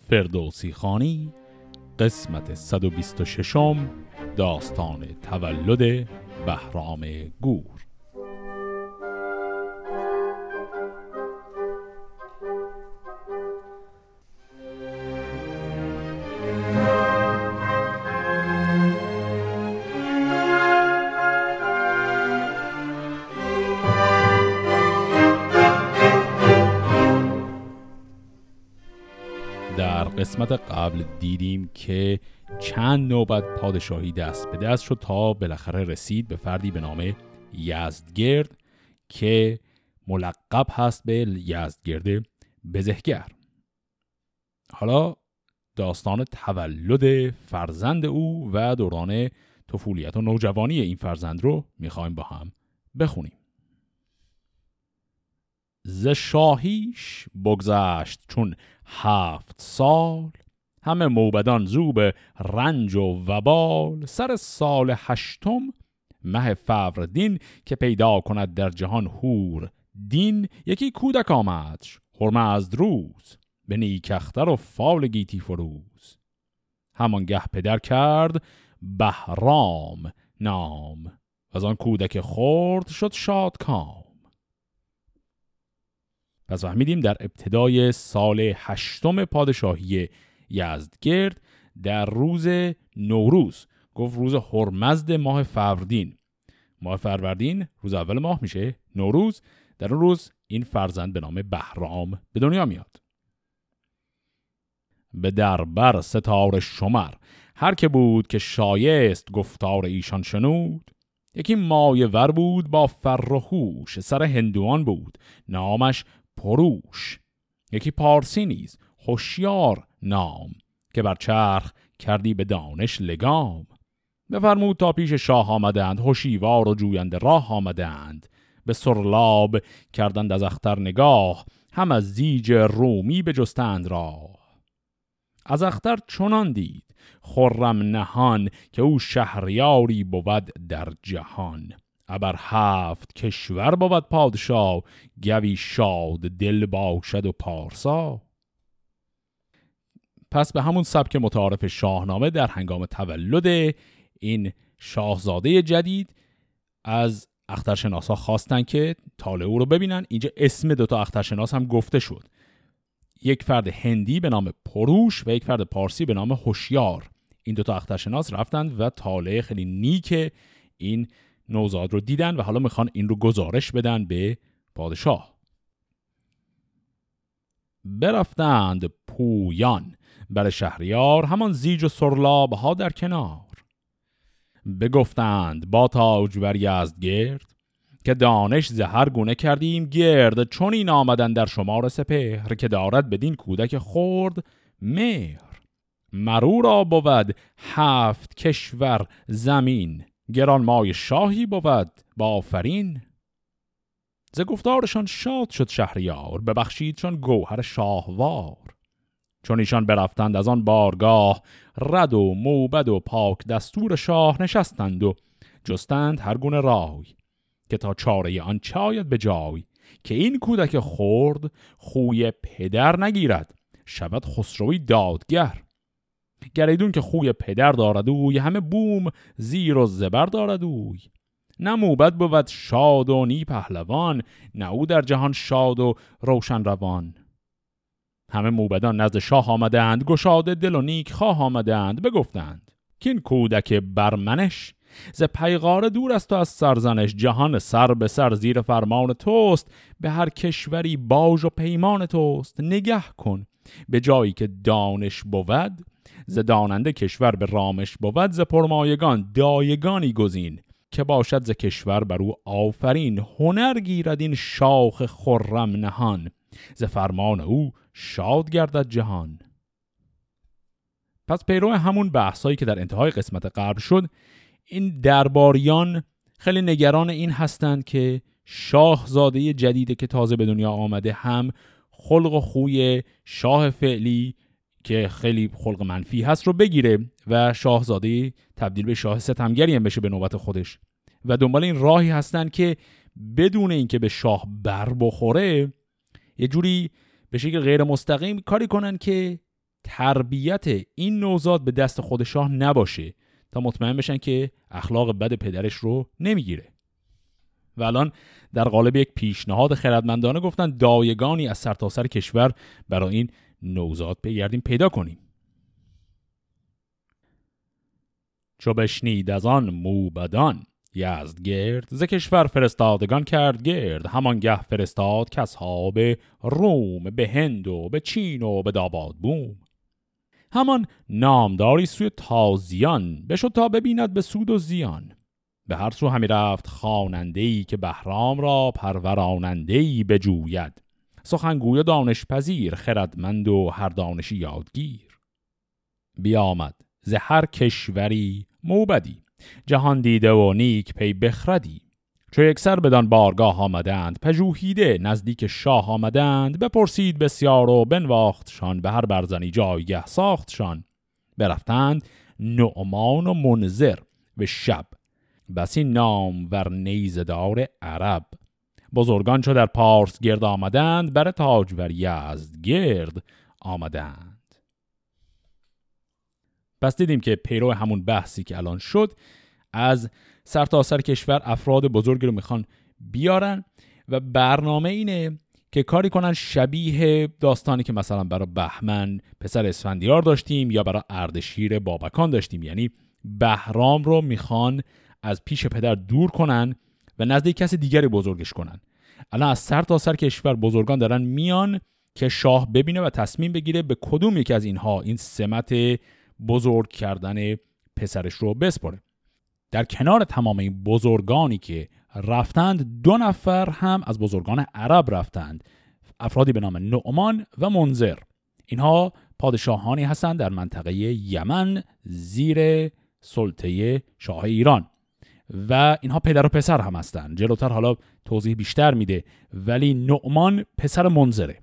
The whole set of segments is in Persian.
فردوسی خانی قسمت 126 داستان تولد بهرام گور. در قسمت قبل دیدیم که چند نوبت پادشاهی دست به دست شد تا بالاخره رسید به فردی به نام یزدگرد که ملقب هست به یزدگرد بزهگر. حالا داستان تولد فرزند او و دوران طفولیت و نوجوانی این فرزند رو میخوایم با هم بخونیم. ز شاهیش بگذشت چون 7 سال، همه موبدان زو به رنج و وبال. سر سال 8 مه فروردین، که پیدا کند در جهان هور دین. یکی کودک آمدش هرمزد روز، به نیک اختر و فال گیتی فروز. همانگه پدر کرد بهرام نام، از آن کودک خرد شد شادکام. پس فهمیدیم در ابتدای سال 8 پادشاهی یزدگرد در روز نوروز، گفت روز هرمزد ماه فروردین. ماه فروردین روز اول ماه میشه نوروز. در اون روز این فرزند به نام بهرام به دنیا میاد. به دربر ستاره شمر هر که بود، که شایست گفتار ایشان شنود. یکی مایه ور بود با فر و هوش، سر هندوان بود نامش پروش. یکی پارسی نیز هوشیار نام، که بر چرخ کردی به دانش لگام. بفرمود تا پیش شاه آمدند، هوشیوار و جویند راه آمدند. به سرلاب کردند از اختر نگاه، هم از زیج رومی بجستند راه. از اختر چنان دید خرم نهان، که او شهریاری بود در جهان. ابر 7 کشور بود پادشاه، گوی شاد دل باشد و پارسا. پس به همون سبک متعارف شاهنامه در هنگام تولد این شاهزاده جدید از اخترشناسا خواستن که طالع او رو ببینن. اینجا اسم 2 اخترشناس هم گفته شد، یک فرد هندی به نام پروش و یک فرد پارسی به نام هوشیار. این 2 اخترشناس رفتند و طالع خیلی نیک این نوزاد رو دیدن و حالا میخوان این رو گزارش بدن به پادشاه. برفتند پویان بر شهریار، همان زیج و سرلاب ها در کنار. بگفتند با تاجور یزدگرد، که دانش ز هر گونه کردیم گرد. چون این آمدن در شمار سپهر، که دارد بدین کودک خرد مهر. مرو را بود 7 کشور زمین، گران مای شاهی بود با آفرین. ز گفتارشان شاد شد شهریار، ببخشیدشان گوهر شاهوار. چون ایشان برفتند از آن بارگاه، رد و موبد و پاک دستور شاه نشستند و جستند هر گونه رای. که تا چاره آن چاید به جای، که این کودک خرد خوی پدر نگیرد، شود خسروی دادگر. گریدون که خوی پدر دارد اوی، همه بوم زیر و زبر دارد اوی. نه موبد بود شاد و نی پهلوان، نه او در جهان شاد و روشن روان. همه موبدان نزد شاه آمدند، گشاده دل و نیک خواه آمدند. بگفتند که این کودک برمنش، ز پیغار دور است و از سرزنش. جهان سر به سر زیر فرمان توست، به هر کشوری باج و پیمان توست. نگه کن به جایی که دانش بود، ز داننده کشور به رامش بود. ز پرمایگان دایگانی گزین، که باشد ز کشور بر او آفرین. هنر گیرد این شاخ خرم نهان، ز فرمان او شاد گردد جهان. پس پیرو همون بحثایی که در انتهای قسمت قبل شد، این درباریان خیلی نگران این هستند که شاهزاده جدیدی که تازه به دنیا آمده هم خلق و خوی شاه فعلی که خیلی خلق منفی هست رو بگیره و شاهزاده تبدیل به شاه ستمگری هم بشه به نوبت خودش. و دنبال این راهی هستن که بدون اینکه به شاه بر بخوره یه جوری به شکل غیر مستقیم کاری کنن که تربیت این نوزاد به دست خود شاه نباشه تا مطمئن بشن که اخلاق بد پدرش رو نمیگیره. و الان در قالب یک پیشنهاد خردمندانه گفتن دایگانی از سرتاسر کشور برای این نوزاد بگردیم پیدا کنیم. چو بشنید از آن موبدان یزدگرد، ز کشور فرستادگان کرد گرد. همانگه فرستاد کسها به روم، به هند و به چین و به داباد بوم. همان نامداری سوی تازیان، بشد تا ببیند به سود و زیان. به هر سو همی رفت خواننده‌ای، که بهرام را پروراننده‌ای بجوید. سخنگوی دانش پذیر، خردمند و هر دانشی یادگیر. بیامد ز هر کشوری موبدی، جهان دیده و نیک پی بخردی. چو یک سر بدان بارگاه آمدند، پژوهیده نزدیک شاه آمدند. بپرسید بسیار و بنواختشان، به هر برزنی جایگه ساختشان. برفتند نعمان و منذر به شب، بسی نام ور نیزدار عرب. بزرگان چو در پارس گرد آمدند، بر تاجور یزدگرد آمدند. پس دیدیم که پیرو همون بحثی که الان شد، از سرتاسر کشور افراد بزرگی رو میخوان بیارن و برنامه اینه که کاری کنن شبیه داستانی که مثلا برای بهمن پسر اسفندیار داشتیم یا برای اردشیر بابکان داشتیم. یعنی بهرام رو میخوان از پیش پدر دور کنن و نزد کس دیگری بزرگش کنن. الان از سرتاسر کشور بزرگان دارن میان که شاه ببینه و تصمیم بگیره به کدوم یکی از اینها این سمت بزرگ کردن پسرش رو بسپاره. در کنار تمام این بزرگانی که رفتند، 2 نفر هم از بزرگان عرب رفتند، افرادی به نام نعمان و منذر. اینها پادشاهانی هستند در منطقه یمن زیر سلطه شاه ایران و اینها پدر و پسر هم هستند. جلوتر حالا توضیح بیشتر میده، ولی نعمان پسر منذره.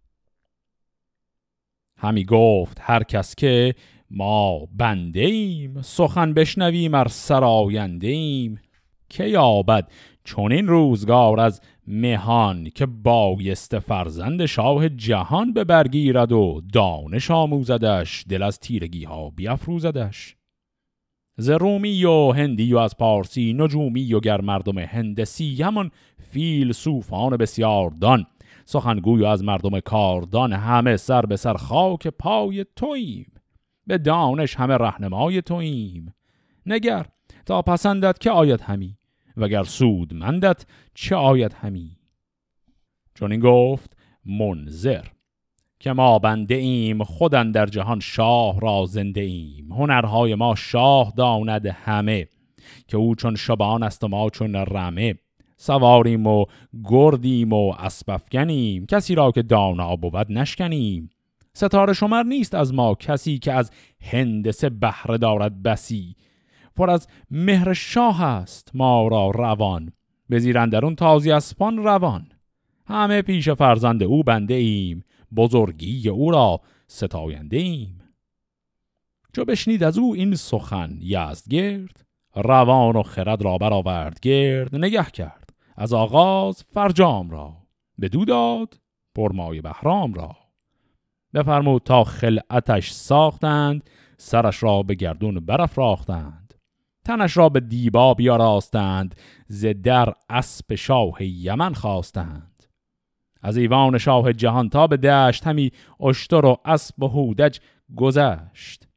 همی گفت هر کس که ما بنده ایم، سخن بشنویم ار سراینده ایم. که یابد چون این روزگار از مهان، که بایست فرزند شاه جهان به برگیرد و دانش آموزدش، دل از تیرگی ها بیفروزدش. ز رومی و هندی و از پارسی، نجومی و گر مردم هندسی، همان فیلسوفان بسیار دان، سخنگوی از مردم کاردان. همه سر به سر خاک پای توییم، به دانش همه رهنمای توییم. نگر تا پسندت که آید همی، وگر سودمندت چه آید همی. چون این گفت منذر که ما بنده ایم، خودن در جهان شاه را زنده ایم. هنرهای ما شاه داند همه، که او چون شبان است و ما چون رمه. سواریم و گردیم و اسب افگنیم، کسی را که دانا بود نشکنیم. ستاره شمر نیست از ما کسی، که از هندسه بهره دارد بسی. پر از مهر شاه است ما را روان، به زیر اندرون تازی اسپان روان. همه پیش فرزند او بنده ایم، بزرگی او را ستاینده ایم. چو بشنید از او این سخن یزدگرد، روان و خرد را برآورد گرد. نگه کرد از آغاز فرجام را، بدو داد پرمایه بهرام را. بفرمود تا خلعتش ساختند، سرش را به گردون برافراختند. تنش را به دیبا بیاراستند، ز در اسب شاه یمن خواستند. از ایوان شاه جهان تا به دشت، همی اشتر و اسب و هودج گذشت.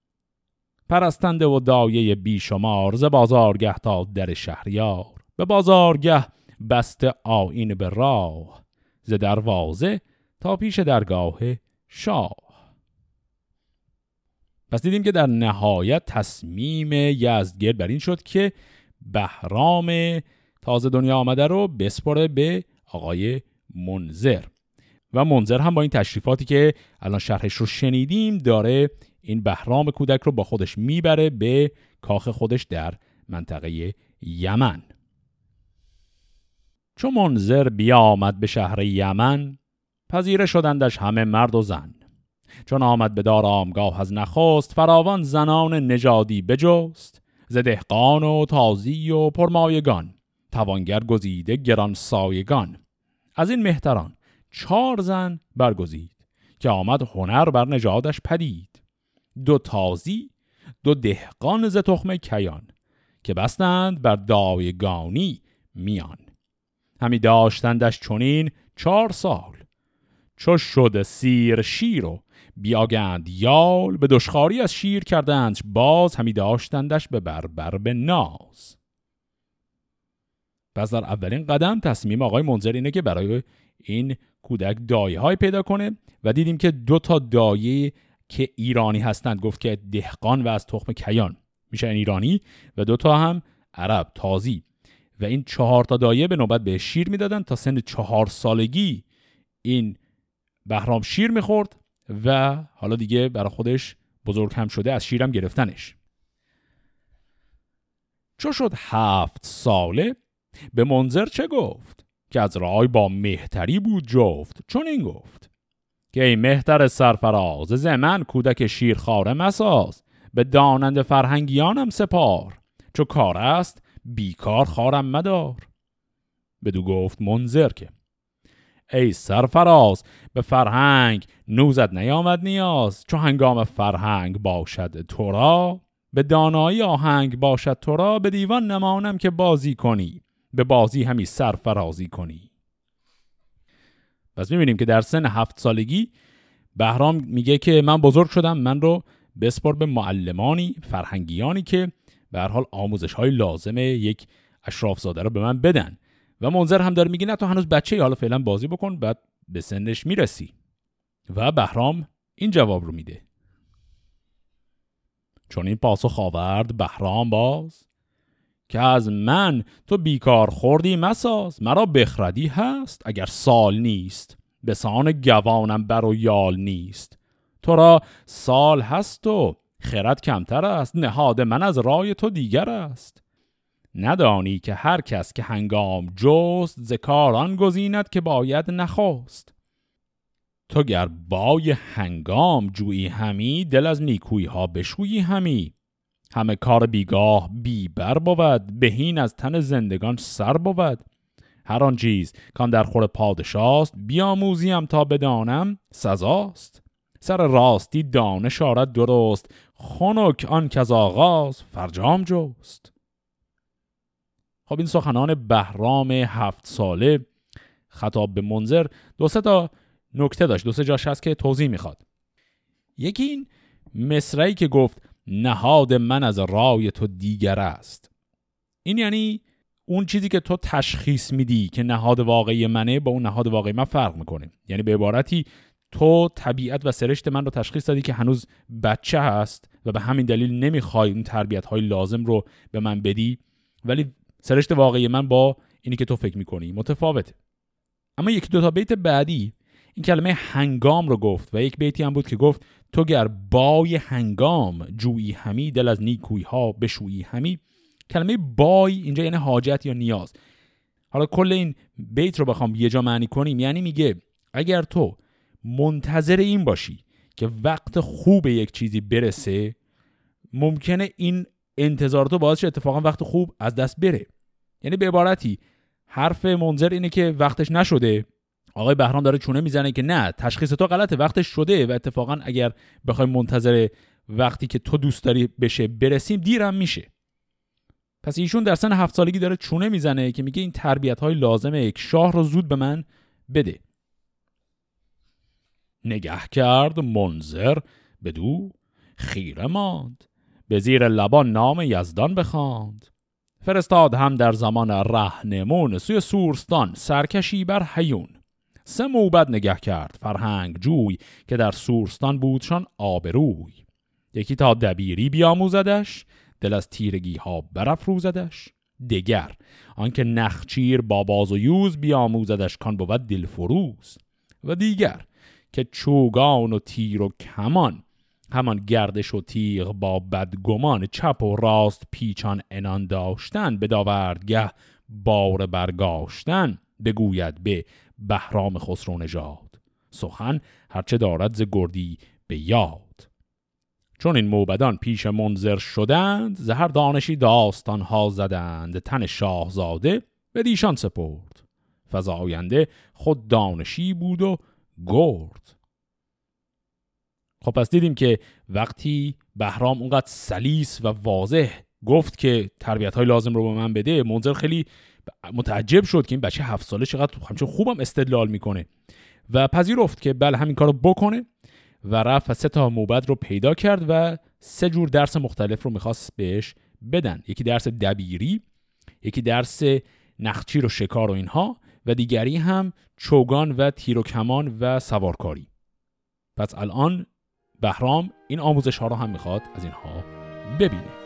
پرستنده و دایه بیشمار، ز بازارگه تا در شهریار. به بازارگه بسته آیین به راه، ز دروازه تا پیش درگاه شاه. پس دیدیم که در نهایت تصمیم یزدگرد بر این شد که بهرام تازه دنیا آمده رو بسپاره به آقای منذر و منذر هم با این تشریفاتی که الان شرحش رو شنیدیم داره این بهرام کودک رو با خودش میبره به کاخ خودش در منطقه یمن. چون منذر بیامد به شهر یمن، پذیره شدندش همه مرد و زن. چون آمد به دار آمگاه از نخست، فراوان زنان نژادی بجست. ز دهقان و تازی و پرمایگان، توانگر گزیده گران سایگان. از این مهتران 4 زن برگزید، که آمد هنر بر نژادش پدید. 2 تازی 2 دهقان ز تخم کیان، که بستند بر دایگانی میان. همی داشتندش چنین 4 سال، چو شد سیر شیر و بیاگند یال. به دشخواری از شیر کردند باز، همی داشتندش به بربر به ناز. پس در اولین قدم تصمیم آقای منذر اینه که برای این کودک دایه های پیدا کنه و دیدیم که 2 تا دایه که ایرانی هستند گفت که دهقان و از تخم کیان میشن ایرانی، و 2 تا هم عرب تازی، و این 4 تا دایه به نوبت به شیر میدادن. تا سن 4 سالگی این بهرام شیر میخورد و حالا دیگه برای خودش بزرگ هم شده، از شیرم گرفتنش. چو شد 7 ساله به منذر چه گفت، که از رای با مهتری بود جفت. چون این گفت که ای مهتر سرفراز، ز من کودک شیرخواره مساز. به دانند فرهنگیانم سپار، چو کار است بیکار خوارم مدار. بدو گفت منذر که ای سرفراز، به فرهنگ نوزد نیامد نیاز. چو هنگام فرهنگ باشد تو را، به دانایی آهنگ باشد تو را. به دیوان نمانم که بازی کنی، به بازی همی سرفرازی کنی. پس میبینیم که در سن 7 سالگی بهرام میگه که من بزرگ شدم، من رو بسپار به معلمانی فرهنگیانی که به هر حال آموزش های لازمه یک اشرافزاده رو به من بدن. و منذر هم داره میگه نه تو هنوز بچه‌ای، حالا فعلا بازی بکن، بعد به سنش میرسی. و بهرام این جواب رو میده. چون این پاسخ آورد بهرام باز، که از من تو بیکار خوردی مساز. مرا بخردی هست اگر سال نیست، به سان گوانم بر و یال نیست. تو را سال هست و خرد کمتر است، نهاد من از رای تو دیگر است. ندانی که هر کس که هنگام جست، ز کار آن گزیند که باید نخواست. تو گر بای هنگام جویی همی، دل از نیکویی ها بشویی همی. همه کار بیگاه بی بر بود، بهین از تن زندگان سر بود. هر آن چیز کان در خور پادشاست، بیاموزیم تا بدانم سزاست. سر راستی دانش آرد درست، خنک آن که از آغاز فرجام جست. خب این سخنان بهرام 7 ساله خطاب به منذر 2-3 تا نکته داشت، 2-3 جاش هست که توضیح میخواد. یکی این مصرعی که گفت نهاد من از رای تو دیگر است. این یعنی اون چیزی که تو تشخیص میدی که نهاد واقعی منه با اون نهاد واقعی من فرق میکنه. یعنی به عبارتی تو طبیعت و سرشت من رو تشخیص دادی که هنوز بچه هست و به همین دلیل نمیخوای اون تربیت های لازم رو به من بدی، ولی سرشت واقعی من با اینی که تو فکر میکنی متفاوته. اما 1-2 تا بیت بعدی این کلمه هنگام رو گفت و یک بیتی هم بود که گفت تو گر بای هنگام جویی همی، دل از نیکویی ها بشویی همی. کلمه بای اینجا یعنی حاجت یا نیاز. حالا کل این بیت رو بخوام یه جا معنی کنیم، یعنی میگه اگر تو منتظر این باشی که وقت خوب یک چیزی برسه، ممکنه این انتظار تو باعث شه اتفاقا وقت خوب از دست بره. یعنی به عبارتی حرف منذر اینه که وقتش نشده. آقای بهرام داره چونه میزنه که نه، تشخیص تو غلطه، وقتش شده و اتفاقا اگر بخوایم منتظر وقتی که تو دوست داری بشه برسیم دیرم میشه. پس ایشون در سن 7 سالگی داره چونه میزنه که میگه این تربیت‌های لازمه یک شاه رو زود به من بده. نگه کرد منذر بدو خیره ماند، به زیر لبان نام یزدان بخواند. فرستاد هم در زمان رهنمون، سوی سورستان سرکشی بر هیون. 3 موبد نگه کرد فرهنگ جوی، که در سورستان بودشان آبروی. یکی تا دبیری بیاموزدش، دل از تیرگی ها برافروزدش. دگر آنکه نخچیر با باز و یوز، بیاموزدش کان بود دل فروز. و دیگر که چوگان و تیر و کمان، همان گردش و تیغ با بدگمان. چپ و راست پیچان انان داشتن، به داوردگه بار برگاشتن. بگوید به بهرام خسرو نژاد، سخن هرچه دارد ز گردی به یاد. چون این موبدان پیش منذر شدند، ز هر دانشی داستان ها زدند. تن شاهزاده به دیشان سپرد، فزاینده خود دانشی بود و گرد. خب پس دیدیم که وقتی بهرام اونقدر سلیس و واضح گفت که تربیت‌های لازم رو به من بده، منذر خیلی متعجب شد که این بچه 7 ساله چقدر همچون خوبم استدلال میکنه و پذیرفت که بله همین کارو بکنه و رفت و 3 موبد رو پیدا کرد و 3 جور درس مختلف رو میخواست بهش بدن. یکی درس دبیری، یکی درس نخچیر و شکار و اینها، و دیگری هم چوگان و تیر و کمان و سوارکاری. پس الان بهرام این آموزش ها رو هم میخواد از اینها ببینه.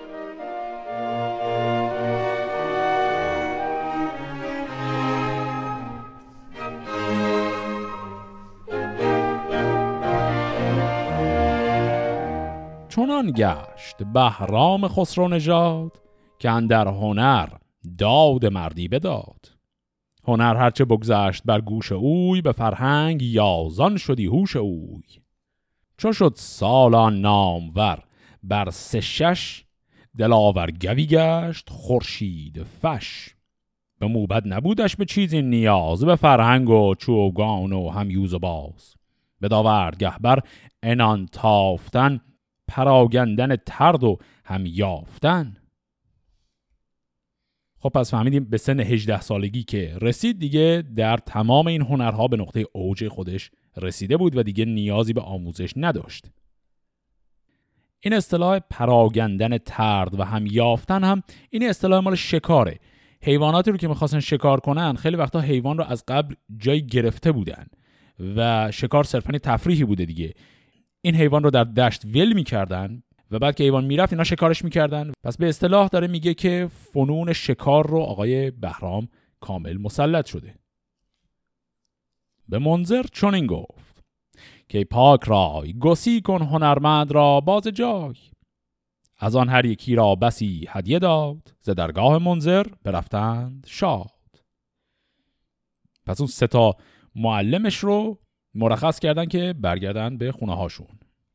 چنان گشت بهرام خسرو نژاد که اندر هنر داد مردی بداد. هنر هرچه بگذشت بر گوش اوی، به فرهنگ یازان شدی هوش اوی. چو شد سالان نامور بر 3-6، دلاور گوی گشت خورشید فش. به موبد نبودش به چیزی نیاز، به فرهنگ و چوگان و همیوز و باز. به داورد گهبر انان تافتن، پراگندن ترد و هم یافتن. خب پس فهمیدیم به سن 18 سالگی که رسید دیگه در تمام این هنرها به نقطه اوج خودش رسیده بود و دیگه نیازی به آموزش نداشت. این اصطلاح پراگندن ترد و هم یافتن هم این اصطلاح مال شکاره. حیواناتی رو که میخواستن شکار کنن خیلی وقتا حیوان رو از قبل جای گرفته بودن و شکار صرفاً تفریحی بوده دیگه. این حیوان رو در دشت ول میکردن و بعد که حیوان میرفت اینا شکارش میکردن. پس به اصطلاح داره میگه که فنون شکار رو آقای بهرام کامل مسلط شده. به منذر چنین گفت که پاک رای، گسی کن هنرمند را باز جای. از آن هر یکی را بسی هدیه داد، ز درگاه منذر برفتند شاد. پس اون 3 معلمش رو مرخص کردن که برگردن به خونه هاشون.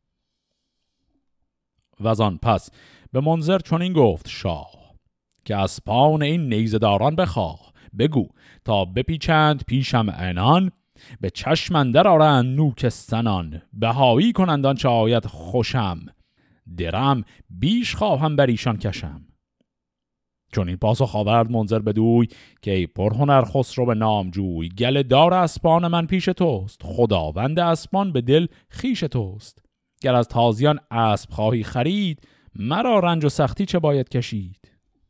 و از آن پس به منذر چنین گفت شاه که اسپان این نیزداران بخواه. بگو تا بپیچند پیشم عنان، به چشم اندر آرند نوک سنان. بهایی کنند آنچه آید خوشم، درم بیش خواهم بر ایشان کشم. چون این پاسخ آورد منذر بدوی که ای پرهنر خسرو به نامجوی. گله دار اسپان من پیش توست، خداوند اسپان به دل خیش توست. گر از تازیان اسب خواهی خرید، مرا رنج و سختی چه باید کشید.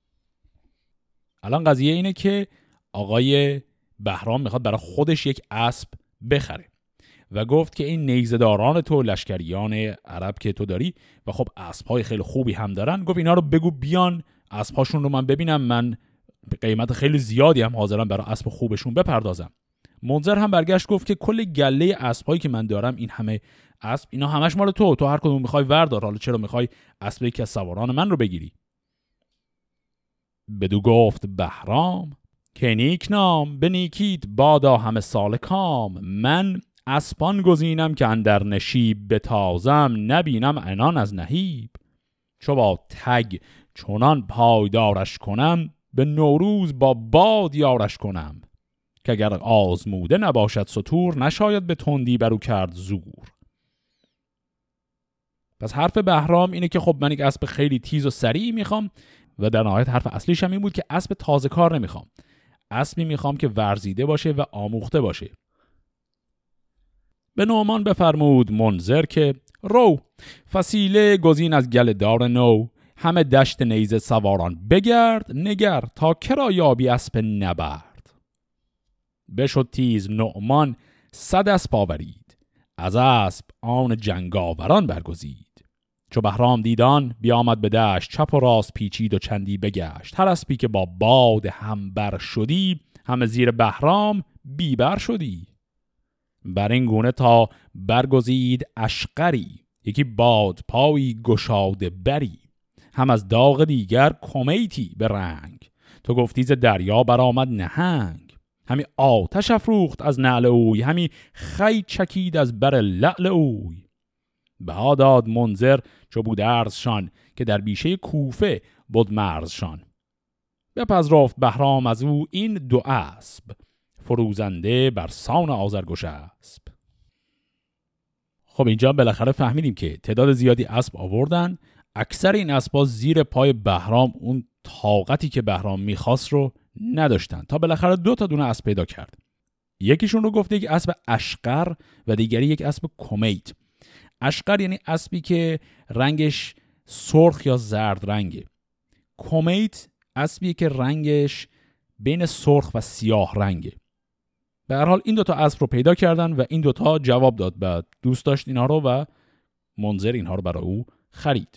الان قضیه اینه که آقای بهرام میخواد برای خودش یک اسب بخره و گفت که این نیزداران تو، لشکریان عرب که تو داری و خب اسبهای خیلی خوبی هم دارن، گفت اینا رو بگو بیان اسبهاشون رو من ببینم، من قیمت خیلی زیادی هم حاضرم برای اسب خوبشون بپردازم. منذر هم برگشت گفت که کل گله اسبهایی که من دارم، این همه اسب، اینا همش مال تو هر کدوم میخوای وردار، حالا چرا میخوای اسب یکی از سواران من رو بگیری؟ بدو گفت بهرام که نیک نام به نیکیت بادا همه سال کام. من اسبان گزینم که اندر نشیب، بتازم نبینم عنان از نهیب. چو با تگ چنان پایدارش کنم، به نوروز با باد یارش کنم. که اگر آزموده نباشد ستور، نشاید به تندی برو کرد زور. پس حرف بهرام اینه که خب من یک اسب خیلی تیز و سریع میخوام و در نهایت حرف اصلیش هم این بود که اسب تازه کار نمیخوام، اسبی میخوام که ورزیده باشه و آموخته باشه. به نعمان بفرمود منذر که رو فسیله گزین از گله دار نو. همه دشت نیزه سواران بگرد نگر، تا کرا یابی اسب نبرد. بشد تیز نعمان 100 اسب آورید، از اسب آن جنگاوران برگزید. چو بهرام دیدان بیامد به دشت، چپ و راست پیچید و چندی بگشت. هر اسبی که با باد هم بر شدی، همه زیر بهرام بیبر شدی. بر این گونه تا برگزید اشقری، یکی باد پایی گشاده بری. هم از داغ دیگر کمیتی به رنگ، تو گفتی ز دریا برآمد نهنگ. همی آتش افروخت از نعل اوی، همی خی چکید از بر لعل اوی. بها داد منذر چو بود ارزشان، که در بیشه کوفه بود مرزشان. بپذرفت بهرام از او این 2 اسب، فروزنده بر سان آذرگوش اسب. خب اینجا بالاخره فهمیدیم که تعداد زیادی اسب آوردن. اکثر این اسبا زیر پای بهرام اون طاقتی که بهرام میخواست رو نداشتن تا بالاخره 2 دونه اسب پیدا کرد. یکیشون رو گفته یک اسب اشقر و دیگری یک اسب کمیت. اشقر یعنی اسبی که رنگش سرخ یا زرد رنگه. کمیت اسبی که رنگش بین سرخ و سیاه رنگه. به هر حال این 2 اسب رو پیدا کردن و این 2 جواب داد و دوست داشت اینها رو و منذر اینها رو برای او خرید.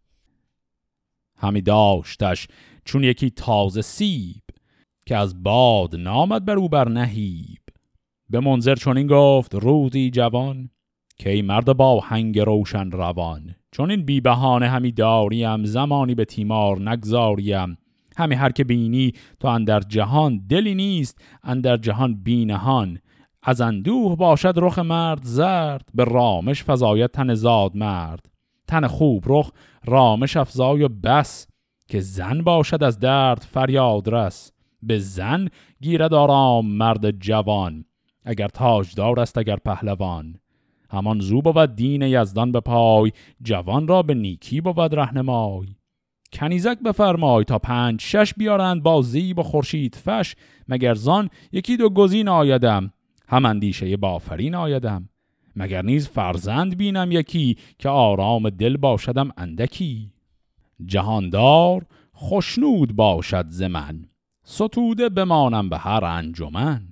همی داشتش چون یکی تازه سیب که از باد نامد بر او بر نهیب. به منذر چون این گفت روزی جوان که ای مرد با هنگ روشن روان. چون این بی بهانه همی داریم زمانی به تیمار نگذاریم. همی هر که بینی تو اندر جهان دلی نیست اندر جهان بینهان. از اندوه باشد رخ مرد زرد به رامش فزاید تن زاد مرد. تن خوب رخ رامش افزای و بس که زن باشد از درد فریاد رس. به زن گیرد آرام مرد جوان اگر تاجدار است اگر پهلوان. همان زو بود دین یزدان به پای جوان را به نیکی بود رهنمای. کنیزک بفرمای تا 5-6 بیارند با زیب و خورشید فش. مگر زان 1-2 گزین آیدم هم اندیشه بافرین آیدم. مگر نیز فرزند بینم یکی که آرام دل باشدم اندکی. جهاندار خوشنود باشد ز من ستوده بمانم به هر انجمن.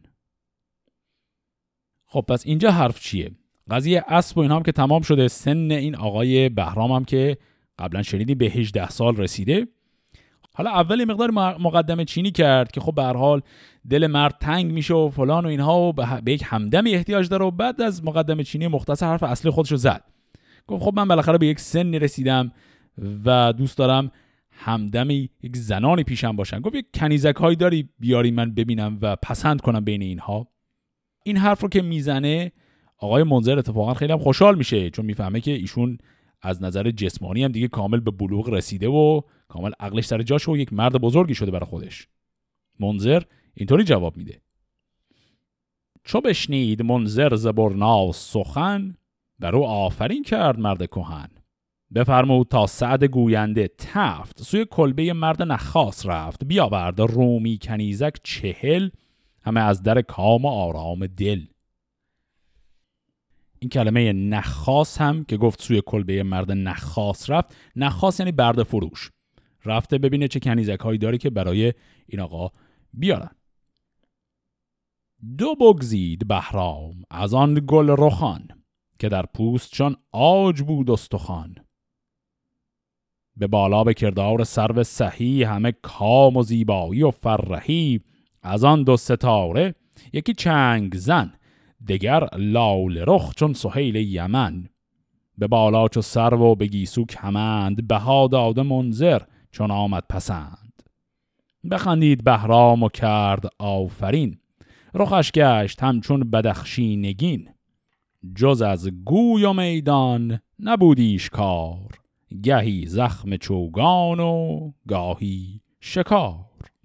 خب پس اینجا حرف چیه؟ قضیه اسب و این هم که تمام شده. سن این آقای بهرام هم که قبلا شنیدیم به 18 سال رسیده. حالا اول مقدار مقدمه چینی کرد که خب به هر حال دل مرد تنگ میشه و فلان و اینها و به یک همدمی احتیاج داره و بعد از مقدمه چینی مختصر حرف اصلی خودشو زد. گفت خب من بالاخره به یک سنی رسیدم و دوست دارم همدمی یک زنانی پیشم باشن. گفت یک کنیزک هایی داری بیاری من ببینم و پسند کنم بین اینها. این حرف رو که میزنه آقای منذر اتفاقا خیلی هم خوشحال میشه چون میفهمه که ایشون از نظر جسمانی هم دیگه کامل به بلوغ رسیده و کامل عقلش سر جاشه و یک مرد بزرگی شده برای خودش. منذر اینطوری جواب میده: چو بشنید منذر ز برنا سخن بر او آفرین کرد مرد کهن. بفرمود تا سعد گوینده تفت سوی کلبه مرد نخاس رفت. بیاورد رومی کنیزک 40 همه از در کام و آرام دل. این کلمه نخاس هم که گفت سوی کلبه مرد نخاس رفت، نخاس یعنی برده فروش، رفته ببینه چه کنیزک هایی داره که برای این آقا بیارن. 2 بگزید بهرام از آن گل رخان که در پوست چون آج بود استخوان. به بالا به کردار سرو سهی همه کام و زیبایی و فرهی. از آن 2 ستاره یکی چنگ زن دگر لال رخ چون سهیل یمن. به بالا چو سرو و به گیسو کمند بها داده منذر چون آمد پسند. بخندید بهرام و کرد آفرین رخش گشت همچون بدخشی نگین. جز از گوی و میدان نبودیش کار گهی زخم چوگان و گاهی شکار.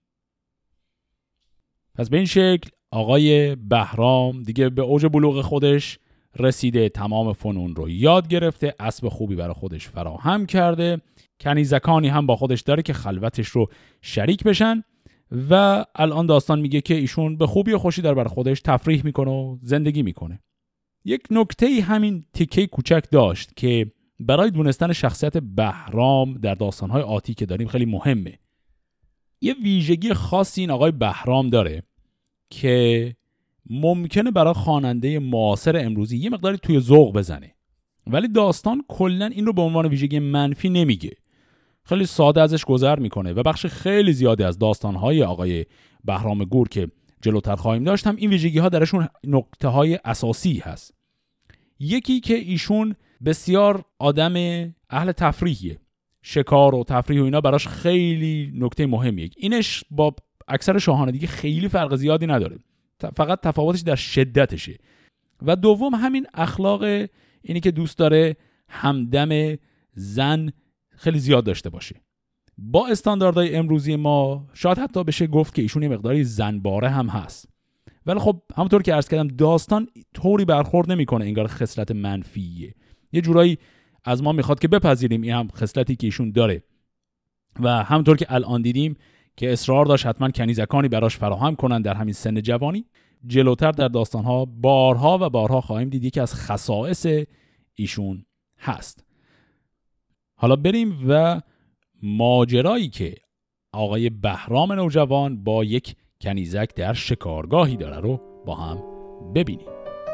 پس به این شکل آقای بهرام دیگه به اوج بلوغ خودش رسیده، تمام فنون رو یاد گرفته، اسب خوبی برای خودش فراهم کرده، کنیزکانی هم با خودش داره که خلوتش رو شریک بشن و الان داستان میگه که ایشون به خوبی و خوشی داره برای خودش تفریح میکنه و زندگی میکنه. یک نکته همین تیکه کوچک داشت که برای دونستن شخصیت بهرام در داستانهای آتی که داریم خیلی مهمه. یه ویژگی خاصی این آقای بهرام داره که ممکنه برای خواننده معاصر امروزی یه مقداری توی ذوق بزنه، ولی داستان کلا این رو به عنوان ویژگی منفی نمیگه، خیلی ساده ازش گذر میکنه و بخش خیلی زیادی از داستانهای آقای بهرام گور که جلوتر خواهیم داشت هم این ویژگی ها درشون نکته های اساسی هست. یکی که ایشون بسیار آدم اهل تفریحیه، شکار و تفریح و اینا براش خیلی نکته مهمیه. اینش با اکثر شاهان دیگه خیلی فرق زیادی نداره، فقط تفاوتش در شدتشه. و دوم همین اخلاق، اینی که دوست داره همدم زن خیلی زیاد داشته باشه. با استانداردهای امروزی ما شاید حتی بشه گفت که ایشون یه مقداری زنباره هم هست، ولی خب همونطور که عرض کردم داستان طوری برخورد نمیکنه انگار خصلت منفیه. یه جورایی از ما میخواد که بپذیریم این هم خصلتی که ایشون داره و همونطور که الان دیدیم که اصرار داشت حتما کنیزکانی براش فراهم کنن در همین سن جوانی. جلوتر در داستانها بارها و بارها خواهیم دید یکی از خصائص ایشون هست. حالا بریم و ماجرایی که آقای بهرام نوجوان با یک کنیزک در شکارگاهی داره رو با هم ببینیم.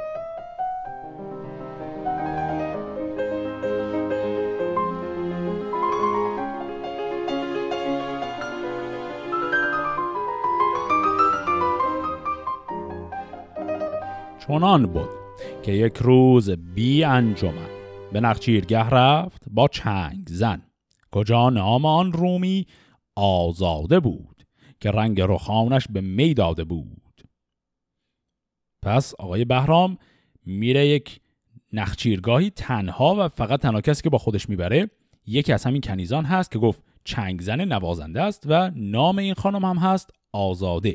چنان بود که یک روز بی انجمن به نخچیرگه رفت با چنگ زن، کجا نام آن رومی آزاده بود که رنگ رخانش به می داده بود. پس آقای بهرام میره یک نخچیرگاهی تنها و فقط تنها کسی که با خودش میبره یکی از همین کنیزان هست که گفت چنگ زن نوازنده است و نام این خانم هم هست آزاده.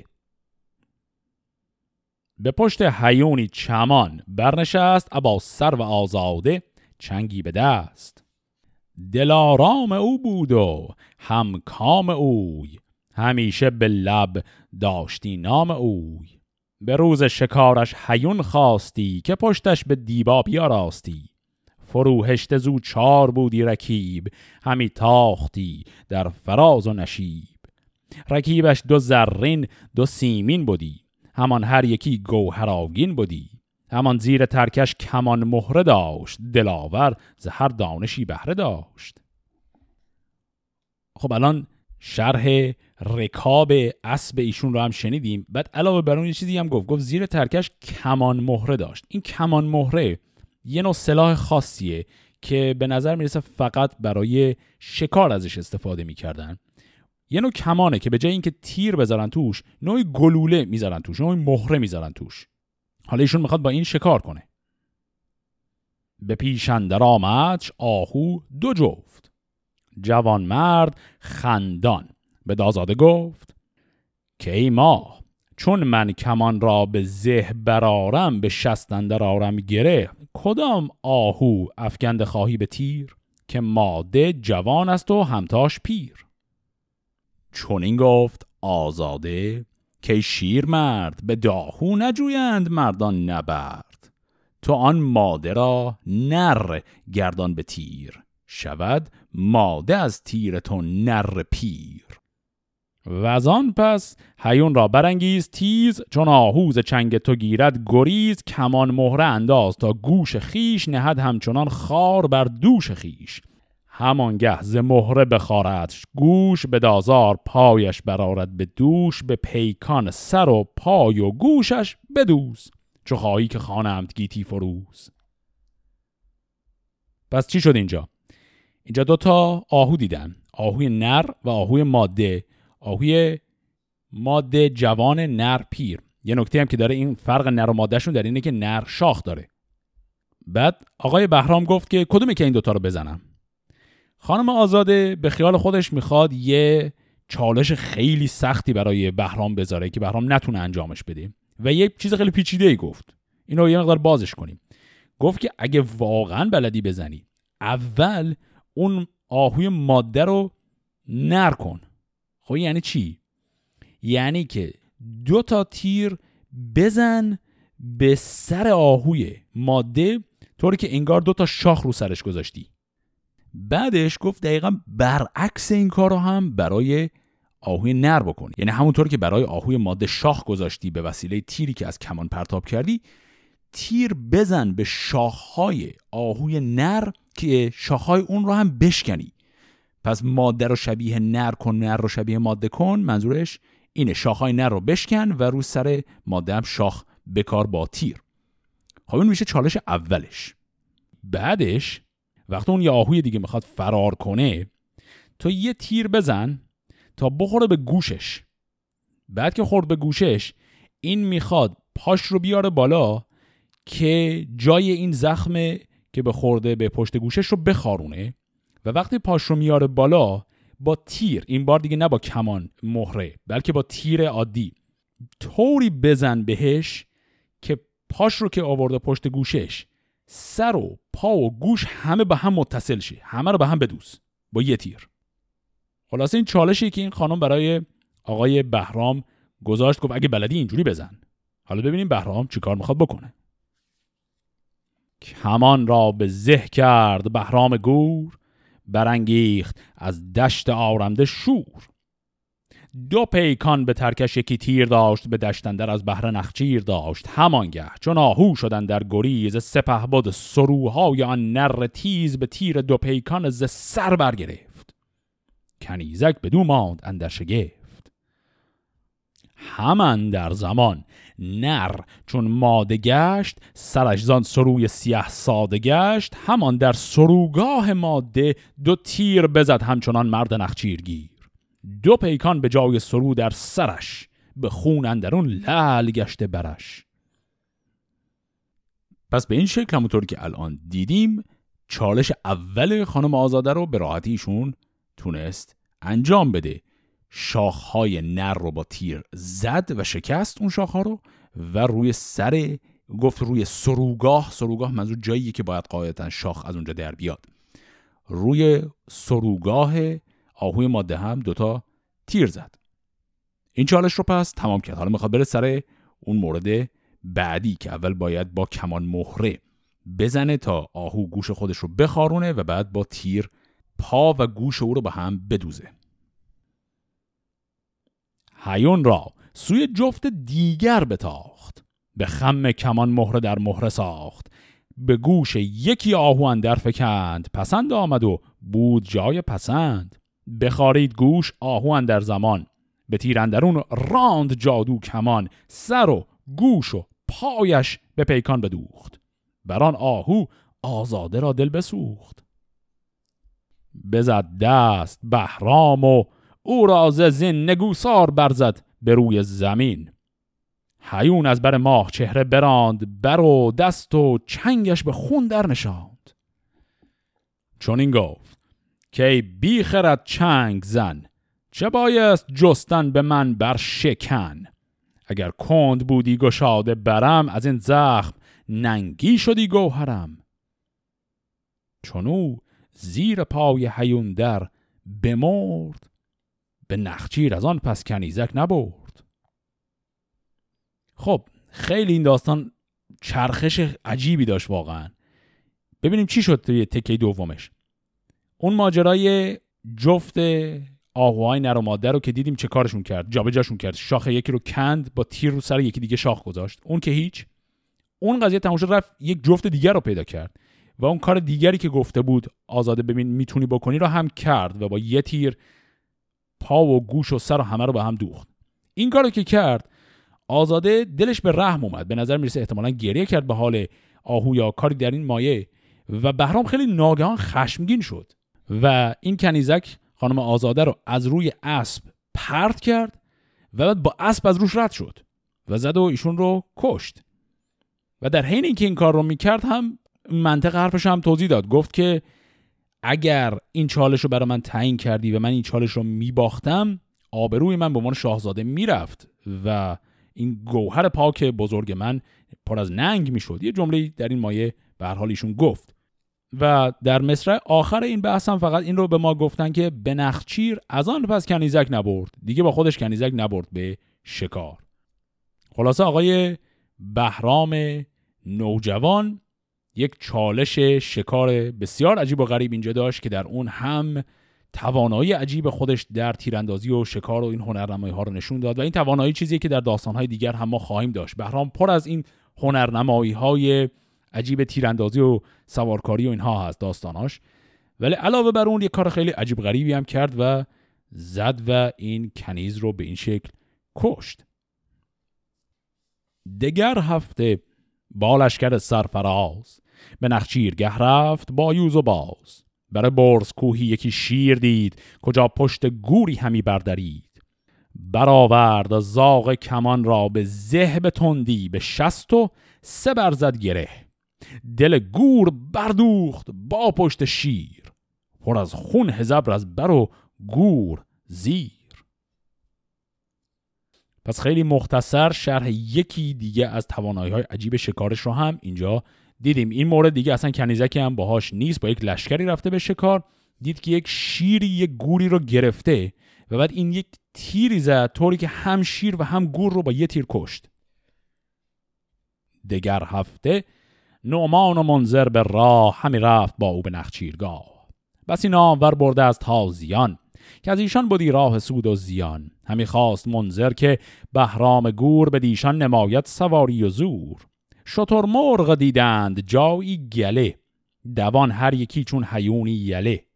به پشت هیونی چمان برنشست ابا سر و آزاده چنگی به دست. دلارام او بود و هم کام اوی، همیشه به لب داشتی نام اوی. به روز شکارش هیون خواستی که پشتش به دیبا بیاراستی. فروهشت زو 4 بودی رکیب، همی تاختی در فراز و نشیب. رکیبش 2 زرین 2 سیمین بودی، همان هر یکی گوهرآگین بودی. همان زیر ترکش کمان مهره داشت، دلاور ز هر دانشی بهره داشت. خب الان شرح رکاب اسب ایشون رو هم شنیدیم. بعد علاوه بر اون یه چیزی هم گفت زیر ترکش کمان مهره داشت. این کمان مهره یه نوع سلاح خاصیه که به نظر میرسه فقط برای شکار ازش استفاده میکردن. یه نوع کمانه که به جای اینکه تیر بذارن توش نوع گلوله میذارن توش، نوع مهره میذارن توش. حالا ایشون میخواد با این شکار کنه. به پیش اندر آمدش آهو 2 جفت، جوان مرد خندان به آزاده گفت که ای ماه، چون من کمان را به زه برارم، به شست اندر آرم گره. کدام آهو افکند خواهی به تیر، که ماده جوان است و همتاش پیر. چون این گفت آزاده که شیر مرد، به داهو نجویند مردان نبرد. تو آن ماده را نر گردان به تیر، شود ماده از تیر تو نر پیر. و از آن پس هیون را برانگیز تیز، چون آهوز چنگ تو گیرد گریز. کمان مهره انداز تا گوش خیش، نهد همچنان خار بر دوش خیش. همانگه ز مهره بخارد گوش، به دازار پایش برارد به دوش. به پیکان سر و پای و گوشش بدوز، چو خواهی که خوانند گیتی فروز. پس چی شد اینجا 2 تا آهو دیدن، آهوی نر و آهوی ماده. آهوی ماده جوان، نر پیر. یه نکته هم که داره این فرق نر و مادهشون در اینه که نر شاخ داره. بعد آقای بهرام گفت که کدومی که این 2 تا رو بزنم. خانم آزاده به خیال خودش میخواد یه چالش خیلی سختی برای بهرام بذاره که بهرام نتونه انجامش بده و یه چیز خیلی پیچیده‌ای گفت. اینو یه مقدار بازش کنیم. گفت که اگه واقعا بلدی بزنی، اول اون آهوی ماده رو نر کن. خب یعنی چی؟ یعنی که 2 تا تیر بزن به سر آهوی ماده، طوری که انگار 2 تا شاخ رو سرش گذاشتی. بعدش گفت دقیقا برعکس این کار رو هم برای آهوی نر بکنی. یعنی همونطور که برای آهوی ماده شاخ گذاشتی به وسیله تیری که از کمان پرتاب کردی، تیر بزن به شاخهای آهوی نر که شاخهای اون رو هم بشکنی. پس ماده رو شبیه نر کن، نر رو شبیه ماده کن. منظورش اینه، شاخهای نر رو بشکن و رو سر ماده هم شاخ بکار با تیر. خب این میشه چالش اولش. بعدش وقتی اون یه آهوی دیگه میخواد فرار کنه، تو یه تیر بزن تا بخوره به گوشش. بعد که خورد به گوشش، این میخواد پاش رو بیاره بالا که جای این زخم که به خورده به پشت گوشش رو بخارونه و وقتی پاش رو میاره بالا با تیر، این بار دیگه نه با کمان مهره بلکه با تیر عادی، طوری بزن بهش که پاش رو که آورده پشت گوشش، سر و پا و گوش همه به هم متصل شه، همه رو به هم بدوز با یه تیر. خلاصه این چالشی که این خانم برای آقای بهرام گذاشت، گفت اگه بلدی اینجوری بزن. حالا ببینیم بهرام چی کار میخواد بکنه. کمان را به زه کرد بهرام گور، برانگیخت از دشت آرمده شور. 2 پیکان به ترکش یکی تیر داشت، به دشت اندر از بهره نخچیر داشت. همانگه چون آهو شدن در گریز، سپهبد سروهای آن نر تیز، به تیر 2 پیکان ز سر برگرفت. کنیزک بدو ماند اندر شگفت. همان در زمان نر چون ماده گشت، سرش زان سروی سیه ساده گشت. همان در سروگاه ماده 2 تیر بزد، همچنان مرد نخچیرگیر. 2 پیکان به جای سرو در سرش، به خون اندرون لعل گشته برش. پس به این شکل همونطور که الان دیدیم چالش اول خانم آزاده رو به راحتی ایشون تونست انجام بده. شاخهای نر رو با تیر زد و شکست اون شاخها رو و روی سر، گفت روی سروگاه منظور جاییه که باید قاعدتا شاخ از اونجا در بیاد، روی سروگاه آهوی ماده هم 2 تا تیر زد. این چالش رو پس تمام کرد. حالا میخواد بره سر اون مورد بعدی که اول باید با کمان مهره بزنه تا آهو گوش خودش رو بخارونه و بعد با تیر پا و گوش او رو به هم بدوزه. هیون را سوی جفت دیگر بتاخت، به خم کمان مهره در مهره ساخت. به گوش یکی آهو اندر فکند، پسند آمد و بود جای پسند. بخارید گوش آهو اندر زمان، به تیر اندرون راند جادو کمان. سر و گوش و پایش به پیکان بدوخت، بران آهو آزاده را دل بسوخت. بزد دست بهرام و او را ز زین، نگوسار برزد به روی زمین. هیون از بر ماه چهره براند، بر و دست و چنگش به خون در نشاند. چون این گفت که بی خرد چنگ زن، چه بایست جستن به من بر شکن. اگر کند بودی گشاده برم، از این زخم ننگی شدی گوهرم. چون او زیر پای هیون در بمرد، به نخچیر از آن پس کنیزک نبرد. خب خیلی این داستان چرخش عجیبی داشت واقعا. ببینیم چی شد توی تکه دومش. اون ماجرای جفت آهوهای نر و ماده رو که دیدیم چه کارشون کرد، جابجاشون کرد، شاخه یکی رو کند، با تیر رو سر یکی دیگه شاخ گذاشت. اون که هیچ، اون قضیه تموم شد، رفت یک جفت دیگر رو پیدا کرد و اون کار دیگری که گفته بود آزاده ببین میتونی بکنی رو هم کرد و با یه تیر پا و گوش و سر و همه رو به هم دوخت. این کارو که کرد آزاده دلش به رحم اومد، به نظر میرسه احتمالاً گریه کرد به حال آهو یا کاری در این مایه و بهرام خیلی ناگهان خشمگین شد و این کنیزک خانم آزاده رو از روی اسب پرت کرد و بعد با اسب از روش رد شد و زد و ایشون رو کشت. و در حین اینکه این کار رو میکرد هم منطق حرفش هم توضیح داد، گفت که اگر این چالش رو برای من تعیین کردی و من این چالش رو میباختم، آبروی من به عنوان شاهزاده میرفت و این گوهر پاک بزرگ من پر از ننگ میشد. یه جمله در این مایه به هر حال ایشون گفت. و در مصرع آخر این بحث هم فقط این رو به ما گفتن که به نخچیر از آن پس کنیزک نبرد، دیگه با خودش کنیزک نبرد به شکار. خلاصه آقای بهرام نوجوان یک چالش شکار بسیار عجیب و غریب اینجا داشت که در اون هم توانایی عجیب خودش در تیراندازی و شکار و این هنرنمایی ها رو نشون داد و این توانایی چیزیه که در داستان‌های دیگر هم ما خواهیم داشت. بهرام پر از این هنرنمایی های عجیب تیراندازی و سوارکاری و اینها هست داستاناش، ولی علاوه بر اون یک کار خیلی عجیب غریبی هم کرد و زد و این کنیز رو به این شکل کشت. دگر هفته با لشکر سرفراز، به نخچیرگه رفت با یوز و باز. بر برز کوهی یکی شیر دید، کجا پشت گوری همی بردرید. برآورد زاغ کمان را به زه، به تندی به 63 برزد گره. دل گور بردوخت با پشت شیر، پر از خون هزبر از بر و گور زیر. پس خیلی مختصر شرح یکی دیگه از توانایی‌های عجیب شکارش رو هم اینجا دیدیم. این مورد دیگه اصلا کنیزکی هم باهاش نیست، با یک لشکری رفته به شکار، دید که یک شیری یک گوری رو گرفته و بعد این یک تیری زد طوری که هم شیر و هم گور رو با یه تیر کشت. دگر هفته نعمان و منذر به راه، همی رفت با او به نخچیرگاه. بسی نامور برده از تازیان، که از ایشان بودی راه سود و زیان. همی خواست منذر که بهرام گور، به دیشان نماید سواری و زور. شتر مرغ دیدند جایی گله، دوان هر یکی چون هیونی یله.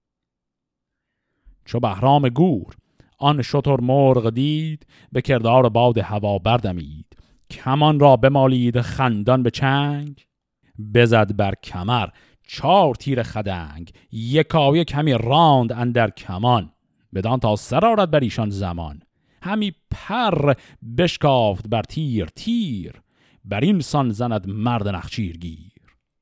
چو بهرام گور آن شتر مرغ دید، به کردار باد هوا بردمید. کمان را بمالید خندان به چنگ، بزد بر کمر 4 تیر خدنگ. یکایک همی راند اندر کمان، بدان تا سر آرد بر ایشان زمان. همی پر بشکافت بر تیر تیر، بر این سان زند مرد نخچیرگیر.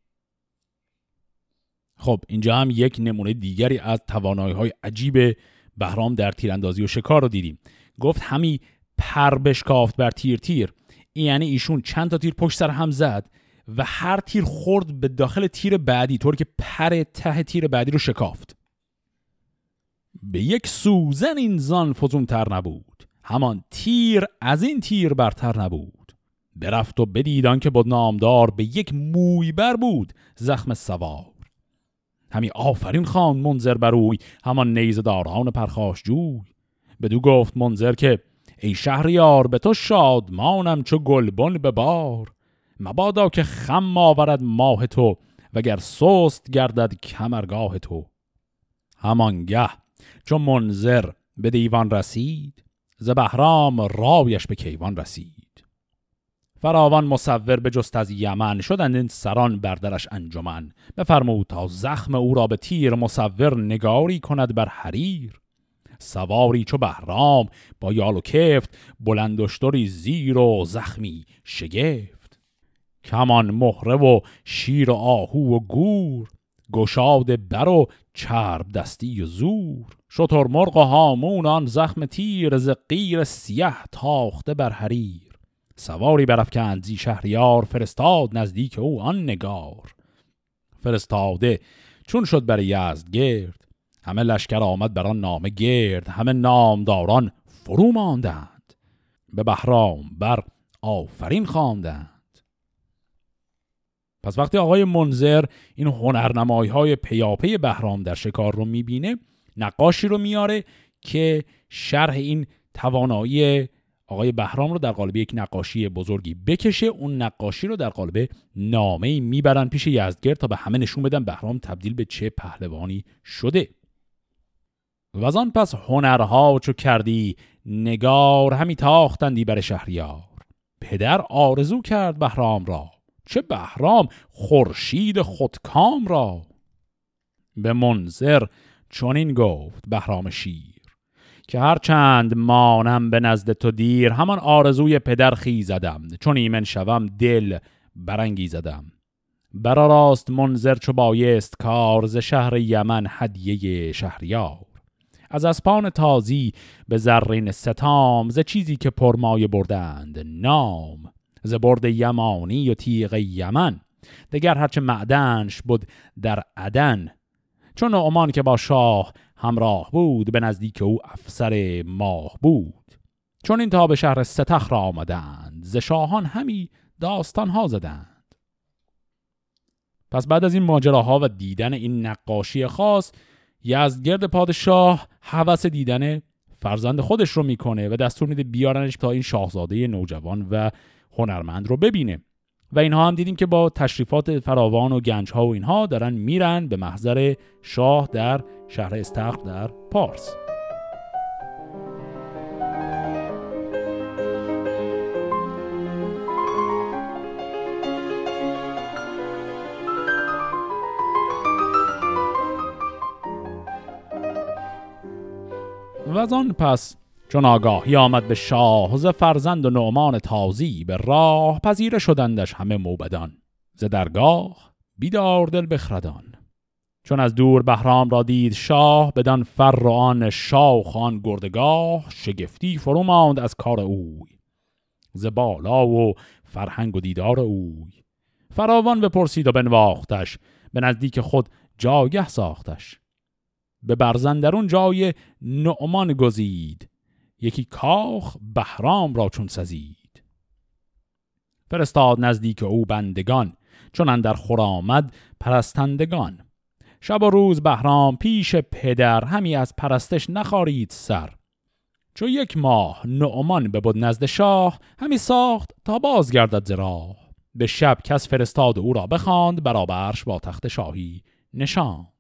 خب اینجا هم یک نمونه دیگری از توانایی‌های عجیب بهرام در تیراندازی و شکار رو دیدیم. گفت همی پر بشکافت بر تیر تیر، یعنی ایشون چند تا تیر پشت سر هم زد و هر تیر خورد به داخل تیر بعدی، طور که پر ته تیر بعدی رو شکافت. به یک سوزن این زان فزون تر نبود، همان تیر از این تیر برتر نبود. برفت و بدیدان که بود نامدار، به یک موی بر بود زخم سوار. همی آفرین خواند منذر بروی، همان نیزه داران پرخاش جوی. بدو گفت منذر که ای شهریار، به تو شادمانم چو گلبن به بار. مبادا که خم آورد ماه تو، وگر سست گردد کمرگاه تو. همانگه چو منذر به دیوان رسید، ز بهرام رایش به کیوان رسید. فراوان مصور بجست از یمن، شدند این سران بردرش انجمن. بفرمود تا زخم او را به تیر، مصور نگاری کند بر حریر. سواری چو بهرام با یال و کفت، بلند اشتری زیر و زخمی شگفت. کمان مهره و شیر و آهو و گور، گشاد بر و چرب دستی و زور. شتر مرغ و هامون آن زخم تیر، ز قیر سیه تاخته بر حریر. سواری برافکند زی شهریار، فرستاد نزدیک او آن نگار. فرستاده چون شد بر یزدگرد، همه لشکر آمد بر آن نامه گرد. همه نامداران فرو ماندند، به بهرام بر آفرین خواندند. پس وقتی آقای منذر این هنرنمایی‌های پیاپی بهرام در شکار رو میبینه، نقاشی رو میاره که شرح این توانایی آقای بهرام رو در قالب یک نقاشی بزرگی بکشه. اون نقاشی رو در قالب نامه‌ای میبرن پیش یزدگرد تا به همه نشون بدن بهرام تبدیل به چه پهلوانی شده. و از آن پس هنرها چو کردی نگار، همی تاختندی بر شهریار. پدر آرزو کرد بهرام را، چه بهرام خورشید خودکام را. به منذر چنین گفت بهرام شیر، که هر چند مانم به نزد تو دیر. همان آرزوی پدر خیزدم، چون ایمن شوم دل برانگیزدم. برا راست منذر چو بایست کار، ز شهر یمن هدیه شهریار. از اسپان تازی به زرین ستام، ز چیزی که پرمایه بردند نام. ز برد یمانی و تیغ یمن، دگر هرچه معدنش بود در عدن. چون نعمان که با شاه همراه بود، به نزدیک او افسر ماه بود. چون این تا به شهر ستخر آمدند، ز شاهان همی داستان ها زدند. پس بعد از این ماجراها و دیدن این نقاشی خاص، یزدگرد پادشاه هوس دیدن فرزند خودش رو میکنه و دستور میده بیارنش تا این شاهزاده نوجوان و هنرمند رو ببینه. و اینها هم دیدیم که با تشریفات فراوان و گنجها و اینها دارن میرن به محضر شاه در شهر استخر در پارس. و از آن پس چون آگاهی آمد به شاه، ز فرزند و نعمان تازی به راه. پذیره شدندش همه موبدان، ز درگاه بیدار دل بخردان. چون از دور بهرام را دید شاه، بدان فر و آن شاه آن گردگاه، شگفتی فرو ماند از کار اوی، ز بالا و فرهنگ و دیدار اوی. فراوان بپرسید و بنواختش، به نزدیک خود جایگه ساختش. به برزندرون جای نعمان گزید، یکی کاخ بهرام را چون سزید. فرستاد نزدیک او بندگان، چون اندر خرامد پرستندگان. شب و روز بهرام پیش پدر، همی از پرستش نخارید سر. چو 1 ماه نعمان ببد نزد شاه، همی ساخت تا باز گردد ز راه. به شب کس فرستاد او را بخواند، برابرش با تخت شاهی نشاند.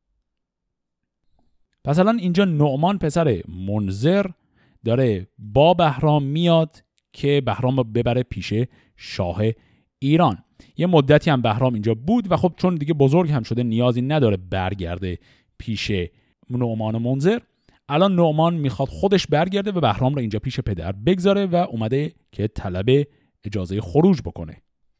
پس الان اینجا نعمان پسر منذر داره با بهرام میاد که بهرام رو ببره پیش شاه ایران. یه مدتی هم بهرام اینجا بود و خب چون دیگه بزرگ هم شده نیازی نداره برگرده پیش نعمان منذر. الان نعمان میخواد خودش برگرده و بهرام رو اینجا پیش پدر بگذاره و اومده که طلب اجازه خروج بکنه.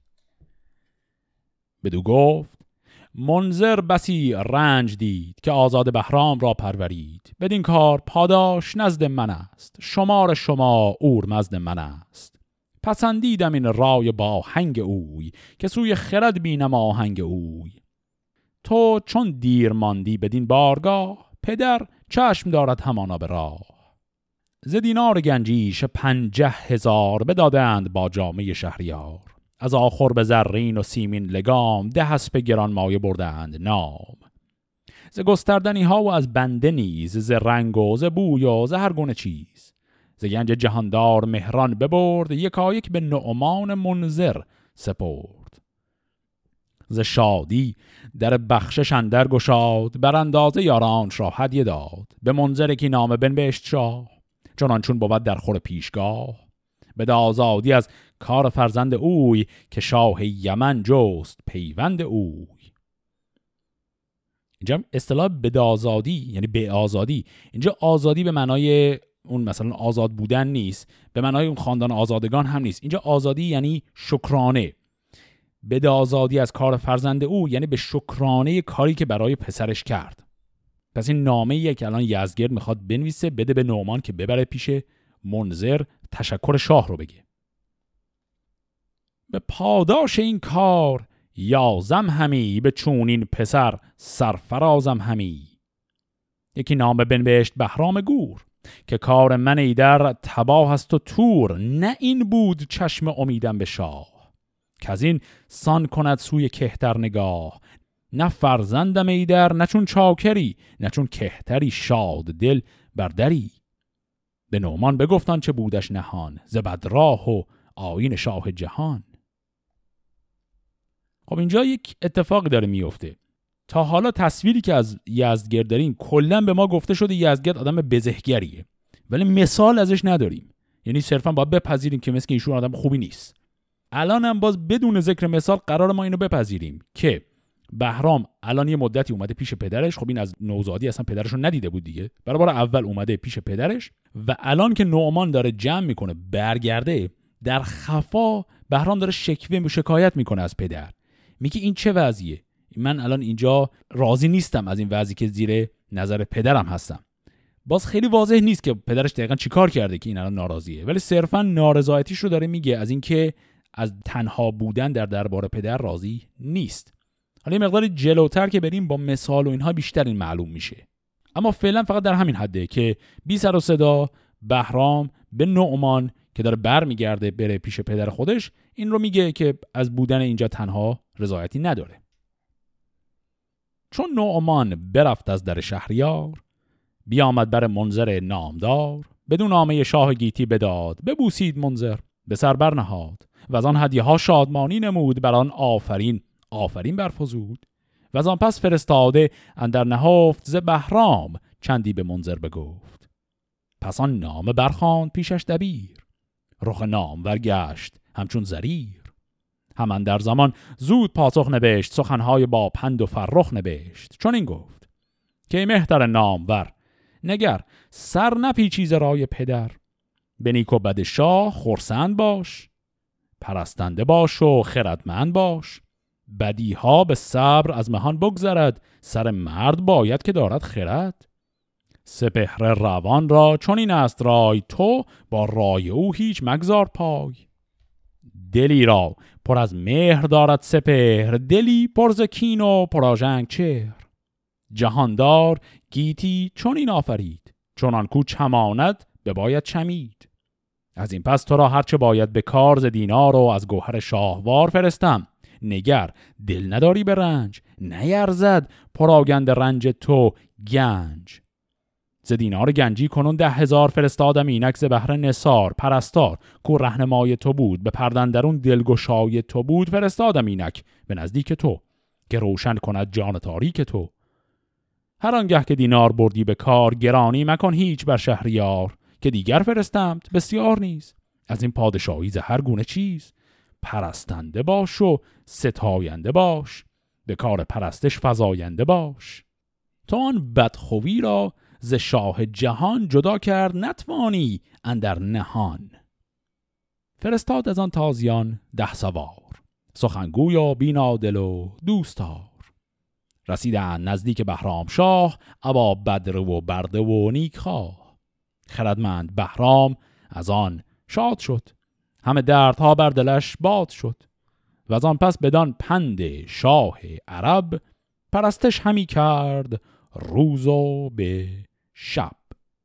بدو گفت منذر بسی رنج دید، که آزاد بهرام را پرورید. بدین کار پاداش نزد من است، شمار شما اورمزد من است. پسندیدم این رای با هنگ اوی، که سوی خرد بینم آهنگ اوی. تو چون دیر ماندی بدین بارگاه، پدر چشم دارد همانا به راه. ز دینار گنجیش 50,000 بدادند با جامعه شهریار. از آخر به زرین و سیمین لگام، 10 اسپ گران مایه بردند نام. ز گستردنی ها و از بنده نیز، ز رنگ و ز بوی و ز هر گونه چیز. ز گنج جهاندار مهران ببرد، یکایک به نعمان منذر سپرد. ز شادی در بخشش اندر گشاد، بر اندازه یارانش را هدیه داد. به منذر کی نامه بنبشت شاه، چنانچون بود در خور پیشگاه. به آزادی از کار فرزند اوی، که شاه یمن جست پیوند اوی. اینجا اصطلاح بدآزادی یعنی به آزادی، اینجا آزادی به معنای اون مثلا آزاد بودن نیست، به معنای اون خاندان آزادگان هم نیست. اینجا آزادی یعنی شکرانه. به آزادی از کار فرزند او یعنی به شکرانه کاری که برای پسرش کرد. پس این نامه‌ایه که الان یزدگرد میخواد بنویسه بده به نعمان که ببره پیش منذر تشکر شاه رو بگه. به پاداش این کار یازم همی، به چونین پسر سرفرازم همی. یکی نامه بنوشت بهرام گور، که کار من ایدر تباه است و تور. نه این بود چشم امیدم به شاه، که از این سان کند سوی کهتر نگاه. نه فرزندم ایدر نه چون چاکری، نه چون کهتری شاد دل بردری. به نعمان بگفتان چه بودش نهان، ز بدراه و آیین شاه جهان. خب اینجا یک اتفاقی داره میفته. تا حالا تصویری که از یزدگرد داریم کلا به ما گفته شده یزدگرد آدم بزهگریه، ولی مثال ازش نداریم. یعنی صرفا باید بپذیریم که مثل ایشون آدم خوبی نیست. الان هم باز بدون ذکر مثال قرار ما اینو بپذیریم که بهرام الان یه مدتی اومده پیش پدرش. خب این از نوزادی اصلا پدرش رو ندیده بود دیگه، برای بار اول اومده پیش پدرش و الان که نعمان داره جمع میکنه برگرده، در خفا بهرام داره شکوه و شکایت میکنه از پدر. میگه این چه وضعیه؟ من الان اینجا راضی نیستم از این وضعی که زیر نظر پدرم هستم. باز خیلی واضح نیست که پدرش دقیقاً چیکار کرده که این الان ناراضیه، ولی صرفاً نارضایتیش رو داره میگه از اینکه از تنها بودن در دربار پدر راضی نیست. حالا یه مقدار جلوتر که بریم با مثال و اینها بیشتر این معلوم میشه. اما فعلا فقط در همین حده که بی سر و صدا بهرام به نعمان که داره برمیگرده بره پیش پدر خودش این رو میگه که از بودن اینجا تنها رضایتی نداره. چون نعمان برفت از در شهریار، بیامد بر منذر نامدار. بدون نامه شاه گیتی بداد، ببوسید منذر به سر برنهاد. و از آن هدیه ها شادمانی نمود، بر آن آفرین برفزود. و از آن پس فرستاده اندر نهفت، ز بهرام چندی به منذر بگفت. پس آن نامه برخواند پیشش دبیر، رخ نامور گشت همچون زریر. همان در زمان زود پاسخ نوشت، سخنهای با پند و فرخ نوشت. چون این گفت که مهتر نامور، نگر سر نپیچی ز رای پدر. به نیک و بد شاه خرسند باش، پرستنده باش و خردمند باش. بدیها به صبر از مهان بگذرد، سر مرد باید که دارد خرد. سپهر روان را چون این است رای، تو با رای او هیچ مگذار پای. دلی را پر از مهر دارد سپهر، دلی پر ز کین و پراژنگ چهر. جهاندار گیتی چون این آفرید، چونان کو چماند بباید چمید. از این پس تو را هرچه باید به کار، ز دینار و از گوهر شاهوار فرستم. نگر دل نداری به رنج، نیرزد پراگند رنج تو گنج. ز دینار گنجی کنون 10,000 فرستادم اینک ز بهر نثار. پرستار کو رهنمای تو بود، به پردندرون دلگشای تو بود. فرستادم اینک به نزدیک تو، که روشن کند جان تاریک تو. هر آنگه که دینار بردی به کار، گرانی مکن هیچ بر شهریار. که دیگر فرستمت بسیار نیز، از این پادشاهی ز هر گونه چیز. پرستنده باش و ستاینده باش، به کار پرستش فزاینده باش. تو آن بدخوی را ز شاه جهان، جدا کرد نتوانی اندر نهان. فرستاد از آن تازیان 10 سوار، سخنگوی و بینادل و دوستار. رسیدن نزدیک بهرام شاه، ابا بدر و برده و نیکخواه. خردمند بهرام از آن شاد شد، همه دردها بر دلش باد شد. و از آن پس بدان پند شاه عرب، پرستش همی کرد روز و به شب.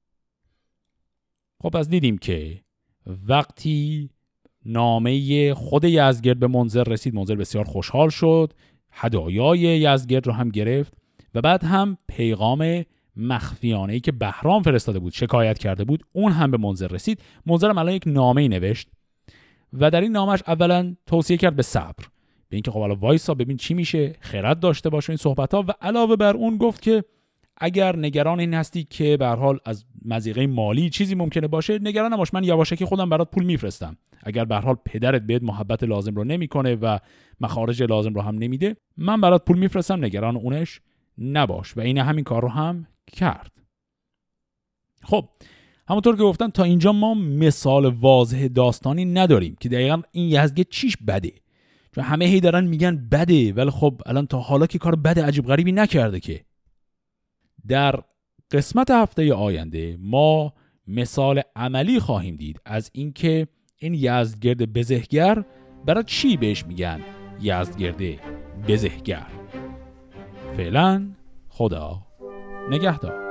خب از دیدیم که وقتی نامه خود یزدگرد به منذر رسید، منذر بسیار خوشحال شد، هدایای یزدگرد رو هم گرفت و بعد هم پیغام مخفیانه‌ای که بهرام فرستاده بود، شکایت کرده بود، اون هم به منذر رسید. منذر هم الان یک نامه‌ای نوشت و در این نامش اولا توصیه کرد به صبر، به اینکه خب حالا وایسا ببین چی میشه، خرد داشته باش این صحبت‌ها. و علاوه بر اون گفت که اگر نگران این هستی که به هر حال از مضیقه مالی چیزی ممکنه باشه، نگران نباش، من یواشکی خودم برات پول میفرستم. اگر به هر حال پدرت بهت محبت لازم رو نمیکنه و مخارج لازم رو هم نمیده، من برات پول میفرستم، نگران اونش نباش. و این همین کار رو هم کرد. خب همونطور که گفتم تا اینجا ما مثال واضح داستانی نداریم که دقیقاً این یزدگرد چیش بده، چون همه هی دارن میگن بده، ولی خب الان تا حالا که کار بده عجیب غریبی نکرده. که در قسمت هفته آینده ما مثال عملی خواهیم دید از اینکه این یزدگرد بزهگر برای چی بهش میگن یزدگرد بزهگر. فعلا خدا نگهدار.